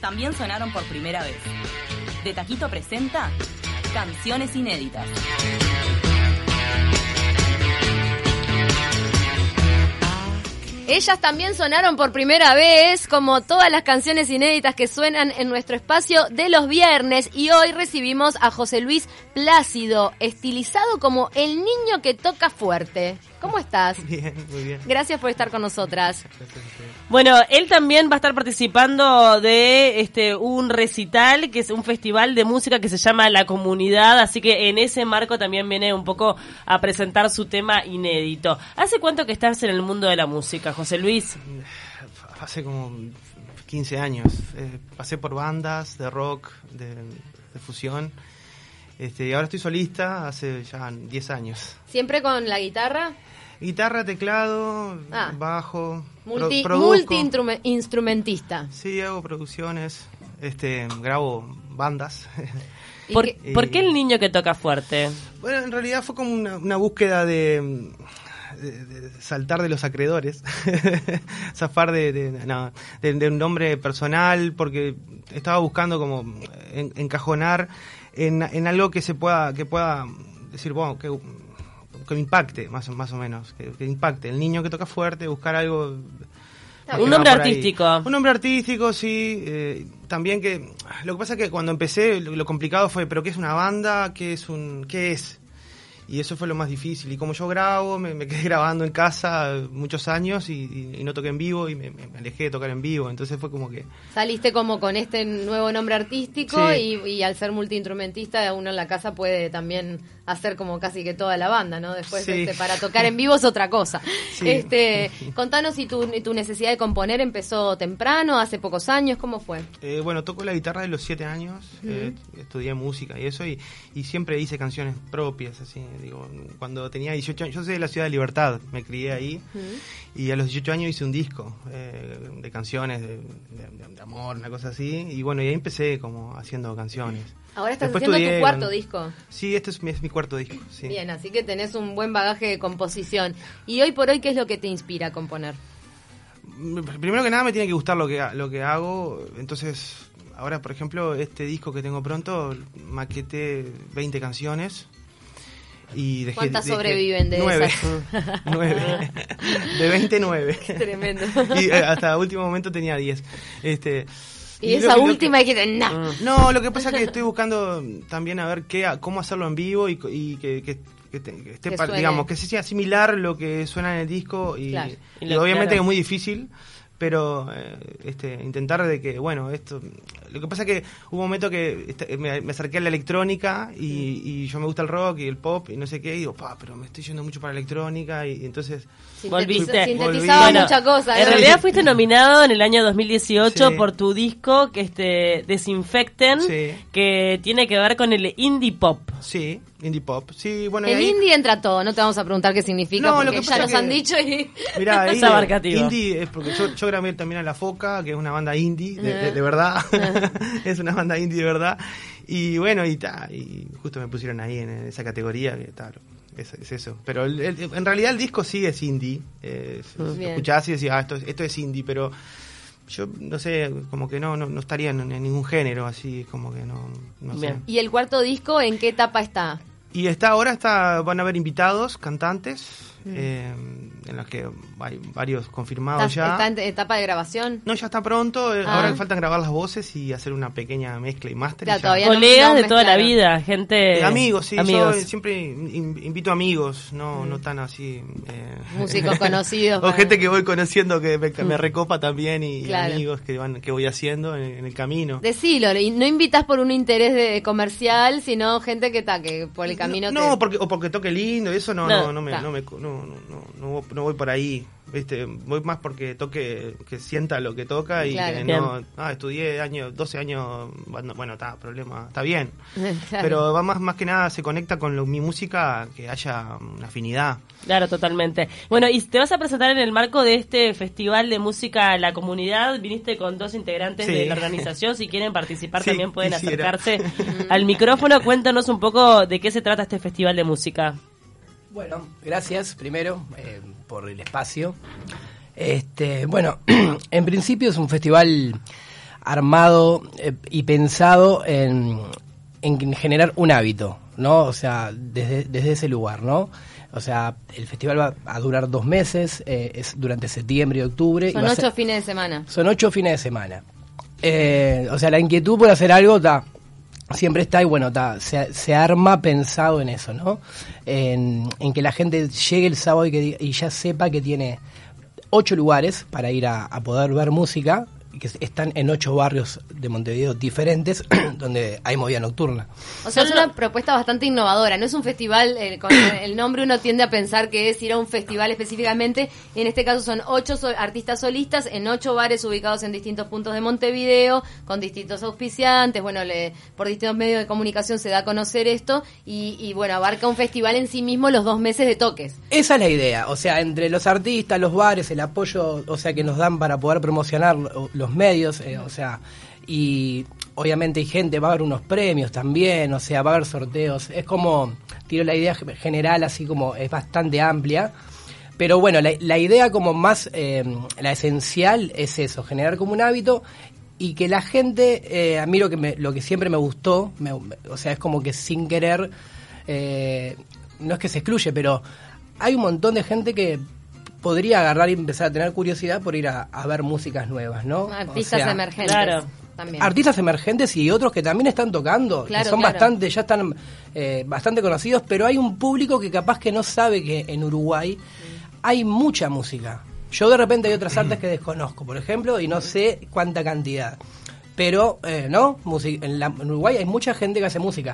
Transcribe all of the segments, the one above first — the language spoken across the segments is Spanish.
también sonaron por primera vez. De Taquito presenta Canciones Inéditas. Ellas también sonaron por primera vez, como todas las canciones inéditas que suenan en nuestro espacio de los viernes. Y hoy recibimos a José Luis Plácido, estilizado como el niño que toca fuerte. ¿Cómo estás? Bien, muy bien. Gracias por estar con nosotras. Bueno, él también va a estar participando de un recital, que es un festival de música que se llama La Comunidad, así que en ese marco también viene un poco a presentar su tema inédito. ¿Hace cuánto que estás en el mundo de la música, José Luis? Hace como 15 años. Pasé por bandas de rock, de fusión. Y ahora estoy solista hace ya 10 años. ¿Siempre con la guitarra? Guitarra, teclado, bajo, multi-instrumentista. Sí, hago producciones, grabo bandas. ¿Por qué el niño que toca fuerte? Bueno, en realidad fue como una búsqueda de saltar de los acreedores, zafar de un nombre personal, porque estaba buscando como encajonar en algo que pueda decir, bueno, que me impacte más o menos, que impacte el niño que toca fuerte, buscar algo. Un nombre artístico. Un nombre artístico, sí. También que lo que pasa es que cuando empecé lo complicado fue, pero ¿qué es una banda? ¿Qué es? Y eso fue lo más difícil. Y como yo grabo, me quedé grabando en casa muchos años y no toqué en vivo y me alejé de tocar en vivo. Entonces fue como que... Saliste como con este nuevo nombre artístico, sí. y al ser multiinstrumentista, uno en la casa puede también hacer como casi que toda la banda, ¿no? Después sí. Para tocar en vivo es otra cosa. Sí. Contanos si tu necesidad de componer empezó temprano, hace pocos años, ¿cómo fue? Bueno, toco la guitarra de los 7 años, estudié música y eso, y siempre hice canciones propias, así. Digo, cuando tenía 18 años, yo soy de la ciudad de Libertad, me crié ahí, y a los 18 años hice un disco de canciones de amor, una cosa así, y bueno, y ahí empecé como haciendo canciones. Ahora estás Después haciendo tu cuarto disco. Sí, este es mi cuarto disco. Sí. Bien, así que tenés un buen bagaje de composición. Y hoy por hoy, ¿qué es lo que te inspira a componer? Primero que nada me tiene que gustar lo que hago, entonces ahora por ejemplo este disco que tengo pronto maqueté 20 canciones. Y ¿Cuántas sobreviven de 9, esas? 9. De 29. Qué tremendo. Y hasta último momento tenía 10. Y esa última hay que... No, lo que pasa es que estoy buscando también a ver cómo hacerlo en vivo y que esté, digamos, que sea similar lo que suena en el disco y obviamente que es muy difícil. Pero intentar de que, bueno, esto... Lo que pasa es que hubo un momento que me acerqué a la electrónica y yo me gusta el rock y el pop y no sé qué, y digo, pero me estoy yendo mucho para la electrónica y entonces... Sintetizaba mucha cosa. En realidad fuiste nominado en el año 2018 por tu disco, que Desinfecten, que tiene que ver con el indie pop. Sí, indie pop. Sí, bueno, el indie entra todo, no te vamos a preguntar qué significa, porque ya nos han dicho y... Mirá, es abarcativo. Indie es porque yo grabé también a La Foca, que es una banda indie, de verdad. Es una banda indie de verdad. Y bueno, y justo me pusieron ahí en esa categoría, que tal. Es eso. Pero en realidad el disco sí es indie. Lo escuchás y decís, esto es indie, pero yo no sé, como que no estaría en ningún género, así como que no sé. ¿Y el cuarto disco en qué etapa está? Y ahora van a haber invitados, cantantes, en los que hay varios confirmados ya. ¿Está en etapa de grabación? No, ya está pronto. Ahora faltan grabar las voces y hacer una pequeña mezcla y máster. Colegas de toda la vida, gente... amigos, sí. Amigos. Yo siempre invito amigos, no tan así... músicos conocidos. O gente que voy conociendo que me recopa también y amigos que voy haciendo en el camino. Decilo, y no invitas por un interés de comercial, sino gente que por el camino... No, porque toque lindo, eso no voy por ahí. Voy más porque toque, que sienta lo que toca y que no, estudié 12 años, bueno, problema, está bien. Pero va más que nada se conecta con mi música, que haya una afinidad. Claro, totalmente. Bueno, y te vas a presentar en el marco de este Festival de Música La Comunidad. Viniste con 2 integrantes de la organización. Si quieren participar también pueden acercarse al micrófono. Cuéntanos un poco de qué se trata este Festival de Música. Bueno, gracias primero por el espacio. Bueno, en principio es un festival armado y pensado en generar un hábito, ¿no? O sea, desde ese lugar, ¿no? O sea, el festival va a durar 2 meses, es durante septiembre y octubre. Son 8 fines de semana. Son 8 fines de semana. O sea, la inquietud por hacer algo siempre está, y bueno, se arma pensado en eso, ¿no? En que la gente llegue el sábado y ya sepa que tiene 8 lugares para ir a poder ver música, que están en 8 barrios de Montevideo diferentes, donde hay movida nocturna. O sea, es una propuesta bastante innovadora. No es un festival, con el nombre uno tiende a pensar que es ir a un festival específicamente. En este caso son 8 artistas solistas en 8 bares ubicados en distintos puntos de Montevideo, con distintos auspiciantes. Bueno, por distintos medios de comunicación se da a conocer esto y bueno, abarca un festival en sí mismo los 2 meses de toques. Esa es la idea. O sea, entre los artistas, los bares, el apoyo, o sea, que nos dan para poder promocionar los medios, o sea, y obviamente hay gente, va a haber unos premios también, o sea, va a haber sorteos. Es como, tiro la idea general, así como es bastante amplia, pero bueno, la idea como más, la esencial es eso, generar como un hábito y que la gente, a mí lo que siempre me gustó, o sea, es como que sin querer, no es que se excluye, pero hay un montón de gente que podría agarrar y empezar a tener curiosidad por ir a ver músicas nuevas, ¿no? Artistas emergentes. Claro. También. Artistas emergentes y otros que también están tocando, claro, que son claro. ya están bastante conocidos, pero hay un público que capaz que no sabe que en Uruguay hay mucha música. Yo de repente hay otras artes que desconozco, por ejemplo, y no sé cuánta cantidad. Pero, ¿no? En Uruguay hay mucha gente que hace música.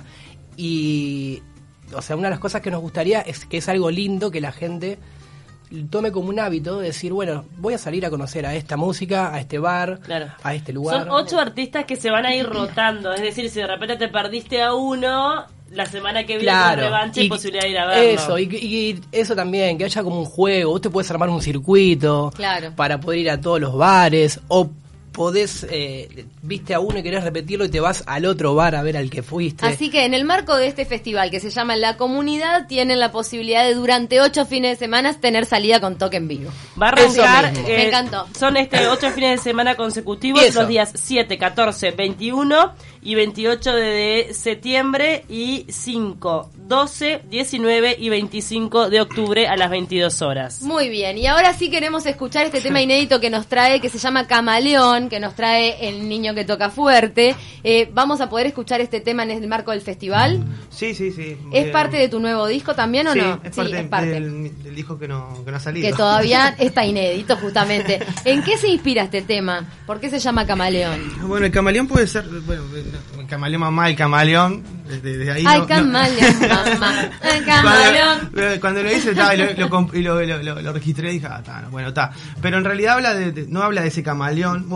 Y, o sea, una de las cosas que nos gustaría es que es algo lindo que la gente tome como un hábito de decir, bueno, voy a salir a conocer a esta música, a este bar, claro, a este lugar. Son 8 artistas que se van a ir rotando, es decir, si de repente te perdiste a uno, la semana que viene claro, con revancha y posibilidad de ir a verlo. Eso, y eso también, que haya como un juego, vos te puedes armar un circuito claro, para poder ir a todos los bares, o podés, viste a uno y querés repetirlo y te vas al otro bar a ver al que fuiste. Así que en el marco de este festival que se llama La Comunidad, tienen la posibilidad de durante 8 fines de semana tener salida con toque en vivo. Va a arrancar, me encantó. Son 8 fines de semana consecutivos, Eso. los días 7, 14, 21 y 28 de septiembre y 5, 12, 19 y 25 de octubre a las 22 horas. Muy bien, y ahora sí queremos escuchar este tema inédito que nos trae, que se llama Camaleón, que nos trae El Niño que Toca Fuerte. ¿Vamos a poder escuchar este tema en el marco del festival? Sí. ¿Es parte de tu nuevo disco también o sí, no? Es parte del disco que no ha salido. Que todavía está inédito, justamente. ¿En qué se inspira este tema? ¿Por qué se llama Camaleón? Bueno, el camaleón puede ser, bueno, el camaleón mamá, el camaleón, desde ahí. Ay, camaleón, mamá. Ay, camaleón. Cuando lo hice y lo registré y dije, bueno, está. Pero en realidad no habla de ese camaleón.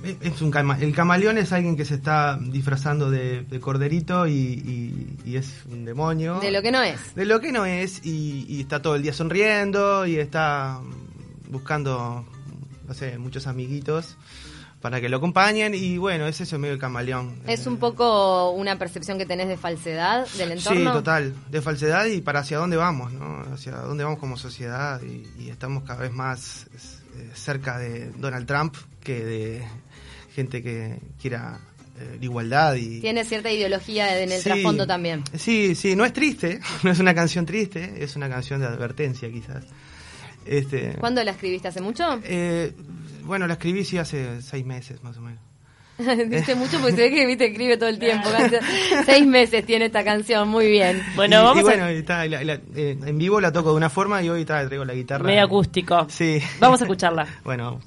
El camaleón es alguien que se está disfrazando de corderito y es un demonio. De lo que no es. De lo que no es y está todo el día sonriendo y está buscando, no sé, muchos amiguitos para que lo acompañen y bueno, es eso medio el camaleón. ¿Es un poco una percepción que tenés de falsedad del entorno? Sí, total, de falsedad y para hacia dónde vamos, ¿no? Hacia dónde vamos como sociedad y estamos cada vez más cerca de Donald Trump que de gente que quiera la igualdad y... Tiene cierta ideología en el trasfondo también. Sí, no es triste, no es una canción triste, es una canción de advertencia quizás. ¿Cuándo la escribiste? ¿Hace mucho? Bueno, la escribí sí hace 6 meses más o menos. Dice mucho porque se ve que escribe todo el tiempo. 6 meses tiene esta canción, muy bien. Bueno, vamos en vivo la toco de una forma y hoy traigo la guitarra. Medio acústico. Sí. Vamos a escucharla. Bueno.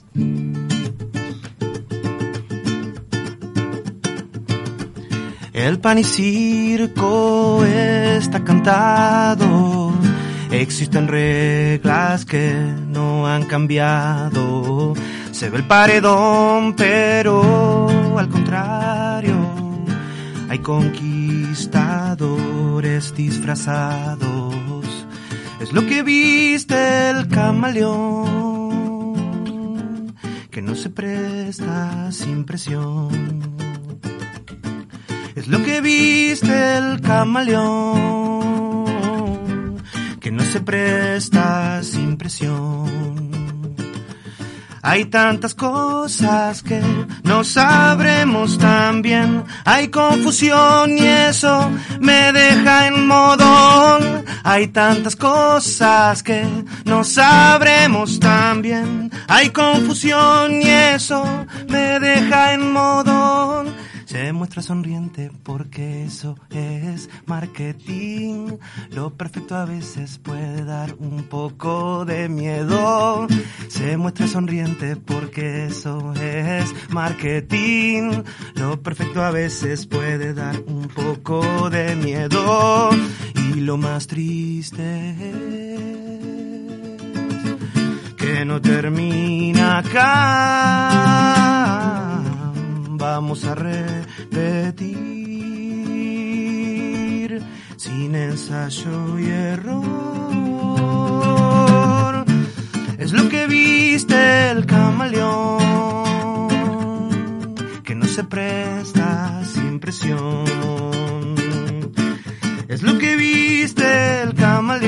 El pan y circo está cantado. Existen reglas que no han cambiado. Se ve el paredón, pero al contrario, hay conquistadores disfrazados. Es lo que viste el camaleón, que no se presta sin presión. Es lo que viste el camaleón, que no se presta sin presión. Hay tantas cosas que no sabremos tan bien. Hay confusión y eso me deja en modón. Hay tantas cosas que no sabremos tan bien. Hay confusión y eso me deja en modón. Se muestra sonriente porque eso es marketing. Lo perfecto a veces puede dar un poco de miedo. Se muestra sonriente porque eso es marketing. Lo perfecto a veces puede dar un poco de miedo. Y lo más triste es que no termina acá. Vamos a repetir sin ensayo y error. Es lo que viste el camaleón, que no se presta sin presión. Es lo que viste el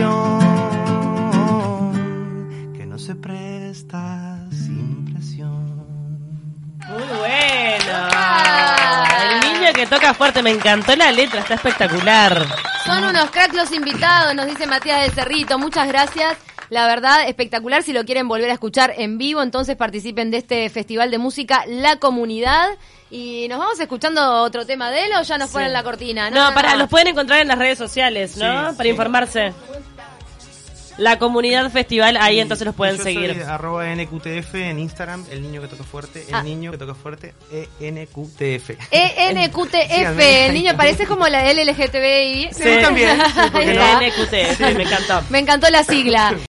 camaleón, que no se presta sin presión. Muy bueno. El niño que toca fuerte, me encantó la letra, está espectacular. Son unos cracks los invitados, nos dice Matías del Cerrito, muchas gracias. La verdad, espectacular. Si lo quieren volver a escuchar en vivo, entonces participen de este festival de música La Comunidad. Y nos vamos escuchando otro tema de él, o ya nos ponen la cortina. No, los pueden encontrar en las redes sociales, ¿no? Sí, para informarse. La Comunidad Festival, ahí entonces los pueden seguir. Soy @NQTF en Instagram, el niño que toca fuerte, niño que toca fuerte, ENQTF. ENQTF, el niño parece como la LGTBI. Sí, también. ENQTF, me encantó. Me encantó la sigla.